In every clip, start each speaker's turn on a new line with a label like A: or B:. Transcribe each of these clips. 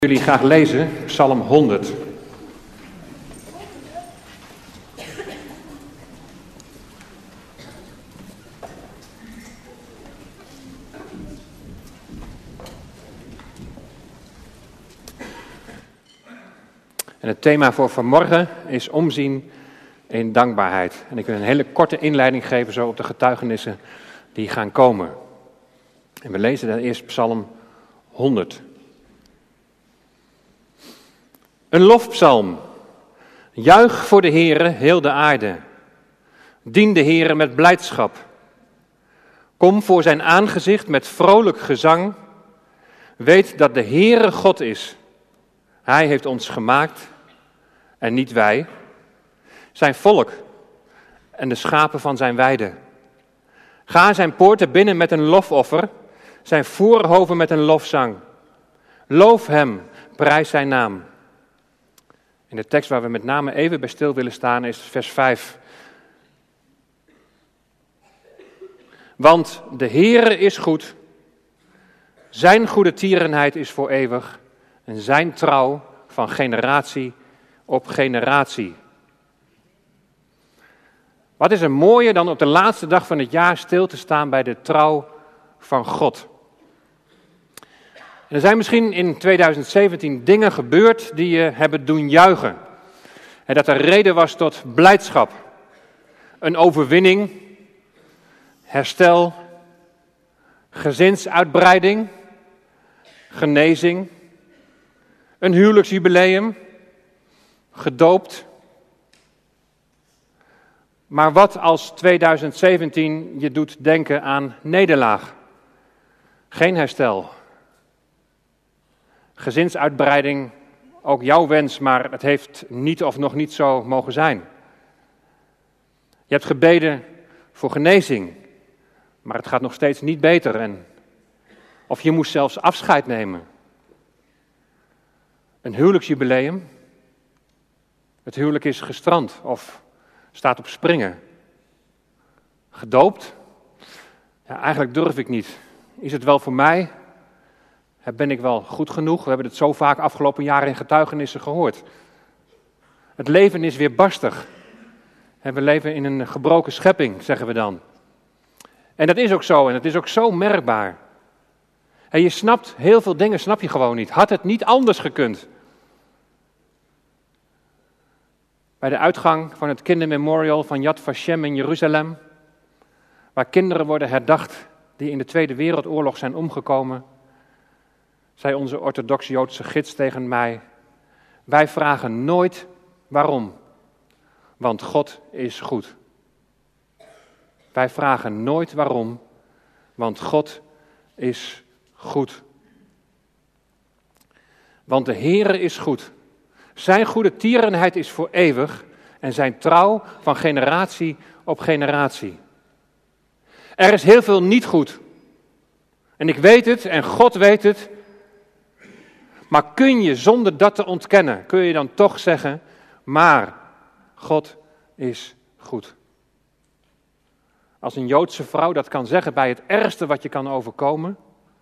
A: Jullie graag lezen, Psalm 100. En het thema voor vanmorgen is omzien in dankbaarheid. En ik wil een hele korte inleiding geven zo op de getuigenissen die gaan komen. En we lezen dan eerst Psalm 100. Een lofpsalm. Juich voor de Heere, heel de aarde. Dien de Heere met blijdschap. Kom voor zijn aangezicht met vrolijk gezang. Weet dat de Heere God is. Hij heeft ons gemaakt en niet wij. Zijn volk en de schapen van zijn weide. Ga zijn poorten binnen met een lofoffer. Zijn voorhoven met een lofzang. Loof hem, prijs zijn naam. In de tekst waar we met name even bij stil willen staan is vers 5. Want de Heere is goed, zijn goede tierenheid is voor eeuwig en zijn trouw van generatie op generatie. Wat is er mooier dan op de laatste dag van het jaar stil te staan bij de trouw van God? En er zijn misschien in 2017 dingen gebeurd die je hebben doen juichen. En dat er reden was tot blijdschap. Een overwinning, herstel, gezinsuitbreiding, genezing, een huwelijksjubileum, gedoopt. Maar wat als 2017 je doet denken aan nederlaag? Geen herstel. Gezinsuitbreiding, ook jouw wens, maar het heeft niet of nog niet zo mogen zijn. Je hebt gebeden voor genezing, maar het gaat nog steeds niet beter. Of je moest zelfs afscheid nemen. Een huwelijksjubileum. Het huwelijk is gestrand of staat op springen. Gedoopt? Ja, eigenlijk durf ik niet. Is het wel voor mij? Ben ik wel goed genoeg? We hebben het zo vaak afgelopen jaren in getuigenissen gehoord. Het leven is weer barstig. We leven in een gebroken schepping, zeggen we dan. En dat is ook zo, en het is ook zo merkbaar. En je snapt, heel veel dingen snap je gewoon niet. Had het niet anders gekund? Bij de uitgang van het kindermemorial van Yad Vashem in Jeruzalem, waar kinderen worden herdacht die in de Tweede Wereldoorlog zijn omgekomen, zei onze orthodox-Joodse gids tegen mij: wij vragen nooit waarom, want God is goed. Wij vragen nooit waarom, want God is goed. Want de Heere is goed. Zijn goede tierenheid is voor eeuwig en zijn trouw van generatie op generatie. Er is heel veel niet goed. En ik weet het en God weet het. Maar kun je zonder dat te ontkennen, kun je dan toch zeggen, maar God is goed. Als een Joodse vrouw dat kan zeggen bij het ergste wat je kan overkomen.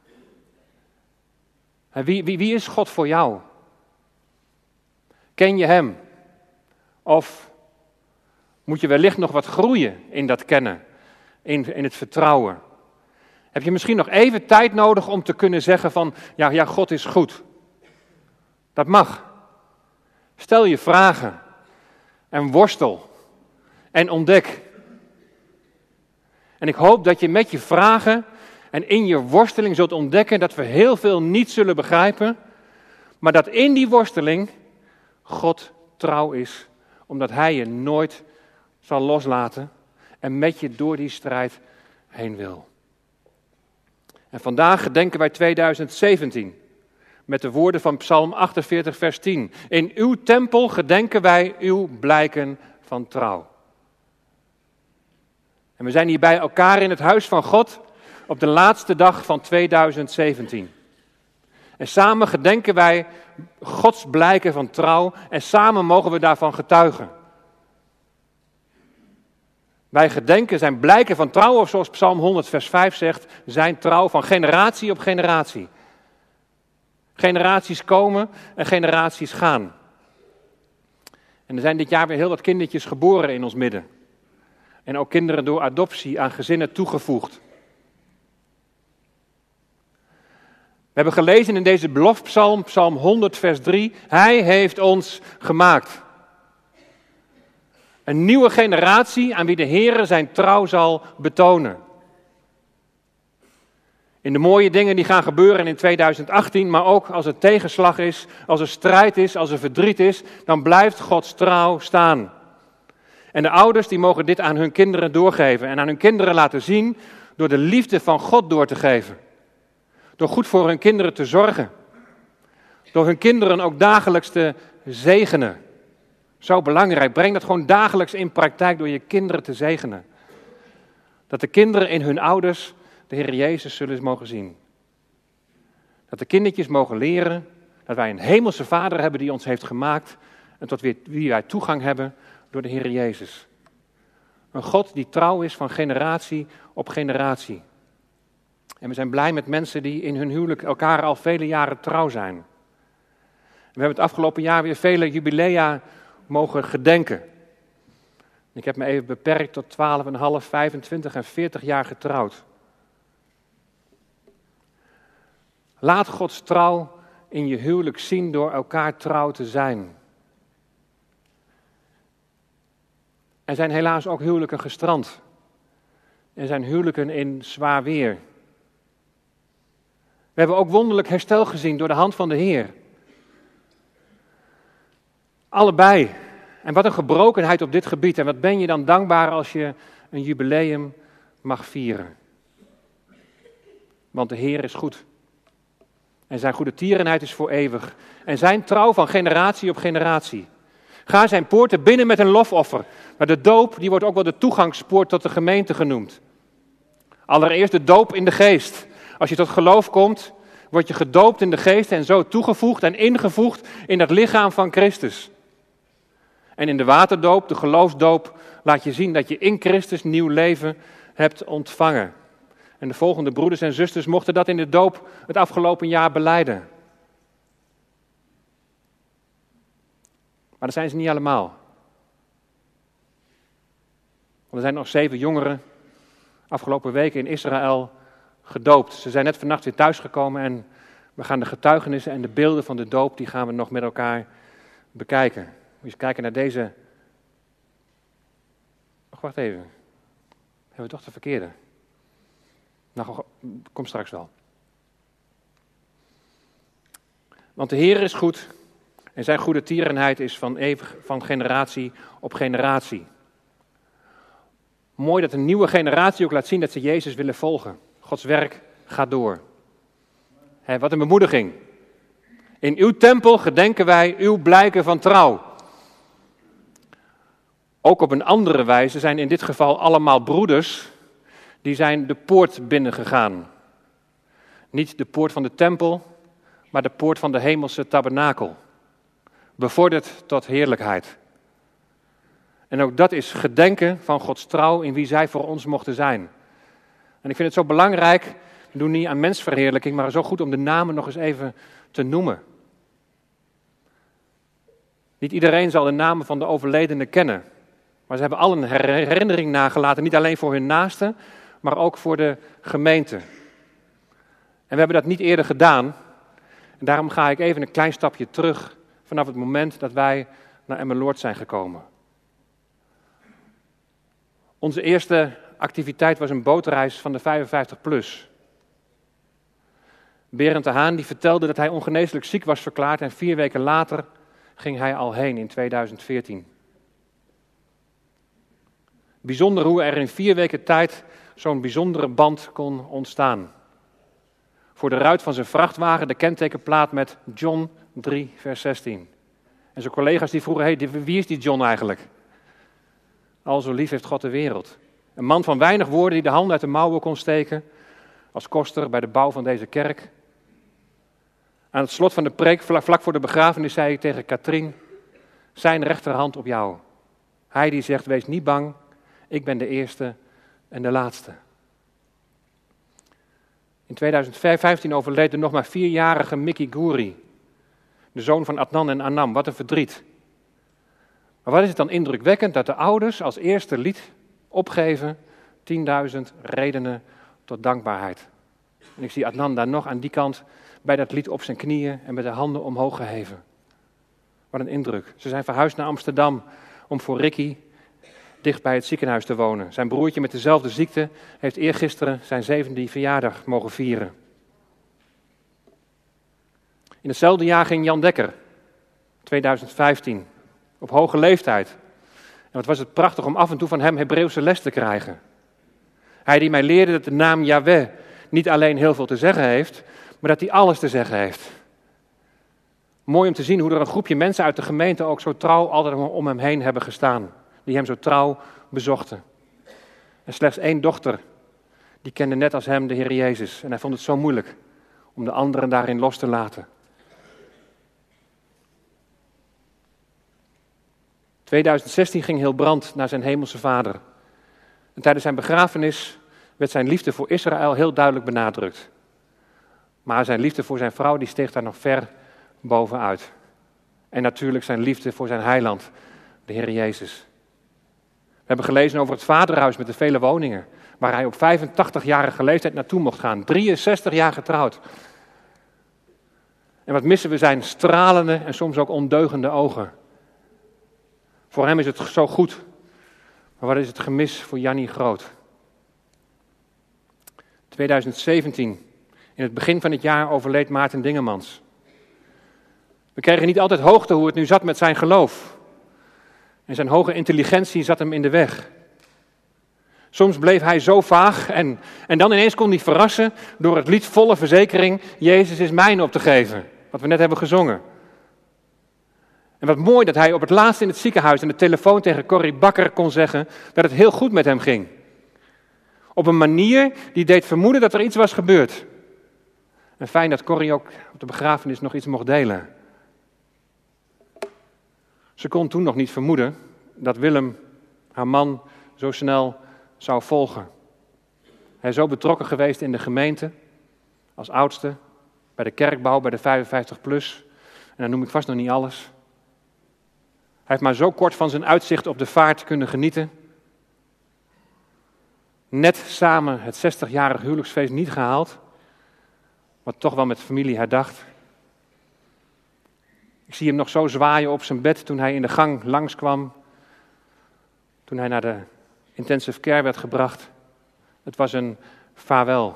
A: Wie is God voor jou? Ken je hem? Of moet je wellicht nog wat groeien in dat kennen, in het vertrouwen? Heb je misschien nog even tijd nodig om te kunnen zeggen van, ja, God is goed. Dat mag. Stel je vragen en worstel en ontdek. En ik hoop dat je met je vragen en in je worsteling zult ontdekken dat we heel veel niet zullen begrijpen, maar dat in die worsteling God trouw is, omdat hij je nooit zal loslaten en met je door die strijd heen wil. En vandaag gedenken wij 2017 met de woorden van Psalm 48 vers 10. In uw tempel gedenken wij uw blijken van trouw. En we zijn hier bij elkaar in het huis van God op de laatste dag van 2017. En samen gedenken wij Gods blijken van trouw en samen mogen we daarvan getuigen. Wij gedenken zijn blijken van trouw, of zoals Psalm 100 vers 5 zegt, zijn trouw van generatie op generatie. Generaties komen en generaties gaan. En er zijn dit jaar weer heel wat kindertjes geboren in ons midden. En ook kinderen door adoptie aan gezinnen toegevoegd. We hebben gelezen in deze belofpsalm, Psalm 100 vers 3. Hij heeft ons gemaakt. Een nieuwe generatie aan wie de Heere zijn trouw zal betonen. In de mooie dingen die gaan gebeuren in 2018, maar ook als er tegenslag is, als er strijd is, als er verdriet is, dan blijft Gods trouw staan. En de ouders die mogen dit aan hun kinderen doorgeven en aan hun kinderen laten zien door de liefde van God door te geven. Door goed voor hun kinderen te zorgen. Door hun kinderen ook dagelijks te zegenen. Zo belangrijk, breng dat gewoon dagelijks in praktijk door je kinderen te zegenen. Dat de kinderen in hun ouders de Heer Jezus zullen mogen zien. Dat de kindertjes mogen leren dat wij een hemelse Vader hebben die ons heeft gemaakt en tot wie wij toegang hebben door de Heer Jezus. Een God die trouw is van generatie op generatie. En we zijn blij met mensen die in hun huwelijk elkaar al vele jaren trouw zijn. We hebben het afgelopen jaar weer vele jubilea mogen gedenken. Ik heb me even beperkt tot 12,5, 25 en 40 jaar getrouwd. Laat Gods trouw in je huwelijk zien door elkaar trouw te zijn. Er zijn helaas ook huwelijken gestrand. Er zijn huwelijken in zwaar weer. We hebben ook wonderlijk herstel gezien door de hand van de Heer. Allebei. En wat een gebrokenheid op dit gebied. En wat ben je dan dankbaar als je een jubileum mag vieren. Want de Heer is goed. En zijn goede tierenheid is voor eeuwig. En zijn trouw van generatie op generatie. Ga zijn poorten binnen met een lofoffer. Maar de doop die wordt ook wel de toegangspoort tot de gemeente genoemd. Allereerst de doop in de geest. Als je tot geloof komt, word je gedoopt in de geest en zo toegevoegd en ingevoegd in het lichaam van Christus. En in de waterdoop, de geloofsdoop, laat je zien dat je in Christus nieuw leven hebt ontvangen. En de volgende broeders en zusters mochten dat in de doop het afgelopen jaar belijden. Maar dat zijn ze niet allemaal. Want er zijn nog 7 jongeren afgelopen weken in Israël gedoopt. Ze zijn net vannacht weer thuisgekomen en we gaan de getuigenissen en de beelden van de doop, die gaan we nog met elkaar bekijken. Moet je eens kijken naar deze. Wacht even. Hebben we toch de verkeerde? Nou, kom straks wel. Want de Heer is goed en zijn goede tierenheid is van eeuwig, van generatie op generatie. Mooi dat een nieuwe generatie ook laat zien dat ze Jezus willen volgen. Gods werk gaat door. Wat een bemoediging. In uw tempel gedenken wij uw blijken van trouw. Ook op een andere wijze zijn in dit geval allemaal broeders, die zijn de poort binnengegaan. Niet de poort van de tempel, maar de poort van de hemelse tabernakel. Bevorderd tot heerlijkheid. En ook dat is gedenken van Gods trouw in wie zij voor ons mochten zijn. En ik vind het zo belangrijk, we doen niet aan mensverheerlijking, maar zo goed om de namen nog eens even te noemen. Niet iedereen zal de namen van de overledenen kennen. Maar ze hebben al een herinnering nagelaten, niet alleen voor hun naasten, maar ook voor de gemeente. En we hebben dat niet eerder gedaan. En daarom ga ik even een klein stapje terug vanaf het moment dat wij naar Emmeloord zijn gekomen. Onze eerste activiteit was een bootreis van de 55-plus. Berend de Haan die vertelde dat hij ongeneeslijk ziek was verklaard en 4 weken later ging hij al heen in 2014. Bijzonder hoe er in 4 weken tijd zo'n bijzondere band kon ontstaan. Voor de ruit van zijn vrachtwagen de kentekenplaat met John 3 vers 16. En zijn collega's die vroegen, wie is die John eigenlijk? Al zo lief heeft God de wereld. Een man van weinig woorden die de handen uit de mouwen kon steken, als koster bij de bouw van deze kerk. Aan het slot van de preek, vlak voor de begrafenis, zei hij tegen Katrien, zijn rechterhand op jou. Hij die zegt, wees niet bang, ik ben de eerste en de laatste. In 2015 overleed de nog maar 4-jarige Mickey Goury, de zoon van Adnan en Anam. Wat een verdriet. Maar wat is het dan indrukwekkend dat de ouders als eerste lied opgeven 10.000 redenen tot dankbaarheid. En ik zie Adnan daar nog aan die kant bij dat lied op zijn knieën en met de handen omhoog geheven. Wat een indruk. Ze zijn verhuisd naar Amsterdam om voor Ricky dicht bij het ziekenhuis te wonen. Zijn broertje met dezelfde ziekte heeft eergisteren zijn 7e verjaardag mogen vieren. In hetzelfde jaar ging Jan Dekker, 2015, op hoge leeftijd. En wat was het prachtig om af en toe van hem Hebreeuwse les te krijgen. Hij die mij leerde dat de naam Yahweh niet alleen heel veel te zeggen heeft, maar dat hij alles te zeggen heeft. Mooi om te zien hoe er een groepje mensen uit de gemeente ook zo trouw altijd om hem heen hebben gestaan. Die hem zo trouw bezochten. En slechts 1 dochter, die kende net als hem de Heer Jezus. En hij vond het zo moeilijk om de anderen daarin los te laten. 2016 ging Hilbrand naar zijn hemelse vader. En tijdens zijn begrafenis werd zijn liefde voor Israël heel duidelijk benadrukt. Maar zijn liefde voor zijn vrouw die steeg daar nog ver bovenuit. En natuurlijk zijn liefde voor zijn heiland, de Heer Jezus. We hebben gelezen over het vaderhuis met de vele woningen, waar hij op 85-jarige leeftijd naartoe mocht gaan. 63 jaar getrouwd. En wat missen we zijn stralende en soms ook ondeugende ogen. Voor hem is het zo goed. Maar wat is het gemis voor Jannie Groot? 2017, in het begin van het jaar overleed Maarten Dingemans. We kregen niet altijd hoogte hoe het nu zat met zijn geloof. En zijn hoge intelligentie zat hem in de weg. Soms bleef hij zo vaag en dan ineens kon hij verrassen door het lied volle verzekering Jezus is mijn op te geven. Wat we net hebben gezongen. En wat mooi dat hij op het laatst in het ziekenhuis aan de telefoon tegen Corrie Bakker kon zeggen dat het heel goed met hem ging. Op een manier die deed vermoeden dat er iets was gebeurd. En fijn dat Corrie ook op de begrafenis nog iets mocht delen. Ze kon toen nog niet vermoeden dat Willem, haar man, zo snel zou volgen. Hij is zo betrokken geweest in de gemeente, als oudste, bij de kerkbouw, bij de 55PLUS. En dan noem ik vast nog niet alles. Hij heeft maar zo kort van zijn uitzicht op de vaart kunnen genieten. Net samen het 60-jarig huwelijksfeest niet gehaald, maar toch wel met familie herdacht. Ik zie hem nog zo zwaaien op zijn bed toen hij in de gang langskwam. Toen hij naar de intensive care werd gebracht. Het was een vaarwel.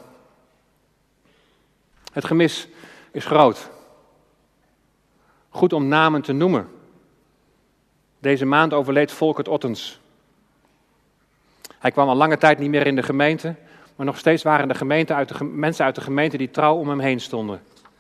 A: Het gemis is groot. Goed om namen te noemen. Deze maand overleed Volkert Ottens. Hij kwam al lange tijd niet meer in de gemeente, maar nog steeds waren de mensen uit de gemeente die trouw om hem heen stonden.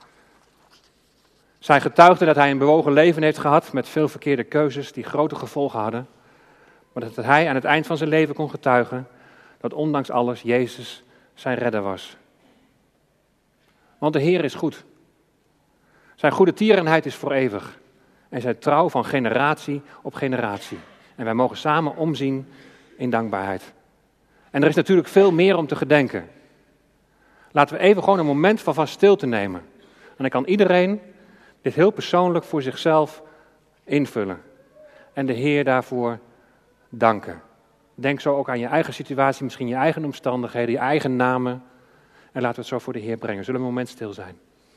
A: Zij getuigden dat hij een bewogen leven heeft gehad met veel verkeerde keuzes die grote gevolgen hadden. Maar dat hij aan het eind van zijn leven kon getuigen dat ondanks alles Jezus zijn redder was. Want de Heer is goed. Zijn goede tierenheid is voor eeuwig. En zijn trouw van generatie op generatie. En wij mogen samen omzien in dankbaarheid. En er is natuurlijk veel meer om te gedenken. Laten we even gewoon een moment van stilte nemen. En dan kan iedereen dit heel persoonlijk voor zichzelf invullen. En de Heer daarvoor danken. Denk zo ook aan je eigen situatie, misschien je eigen omstandigheden, je eigen namen. En laten we het zo voor de Heer brengen. Zullen we een moment stil zijn?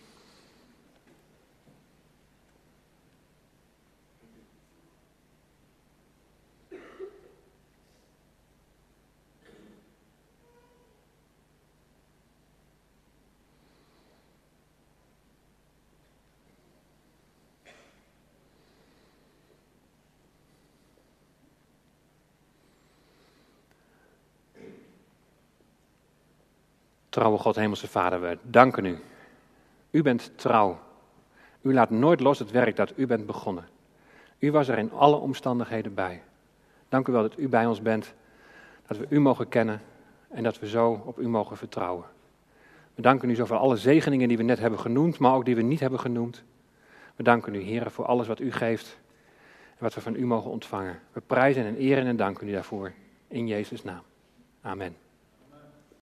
A: Trouwe God, Hemelse Vader, we danken u. U bent trouw. U laat nooit los het werk dat u bent begonnen. U was er in alle omstandigheden bij. Dank u wel dat u bij ons bent, dat we u mogen kennen en dat we zo op u mogen vertrouwen. We danken u zo voor alle zegeningen die we net hebben genoemd, maar ook die we niet hebben genoemd. We danken u, Heer, voor alles wat u geeft en wat we van u mogen ontvangen. We prijzen en eren en danken u daarvoor. In Jezus' naam. Amen.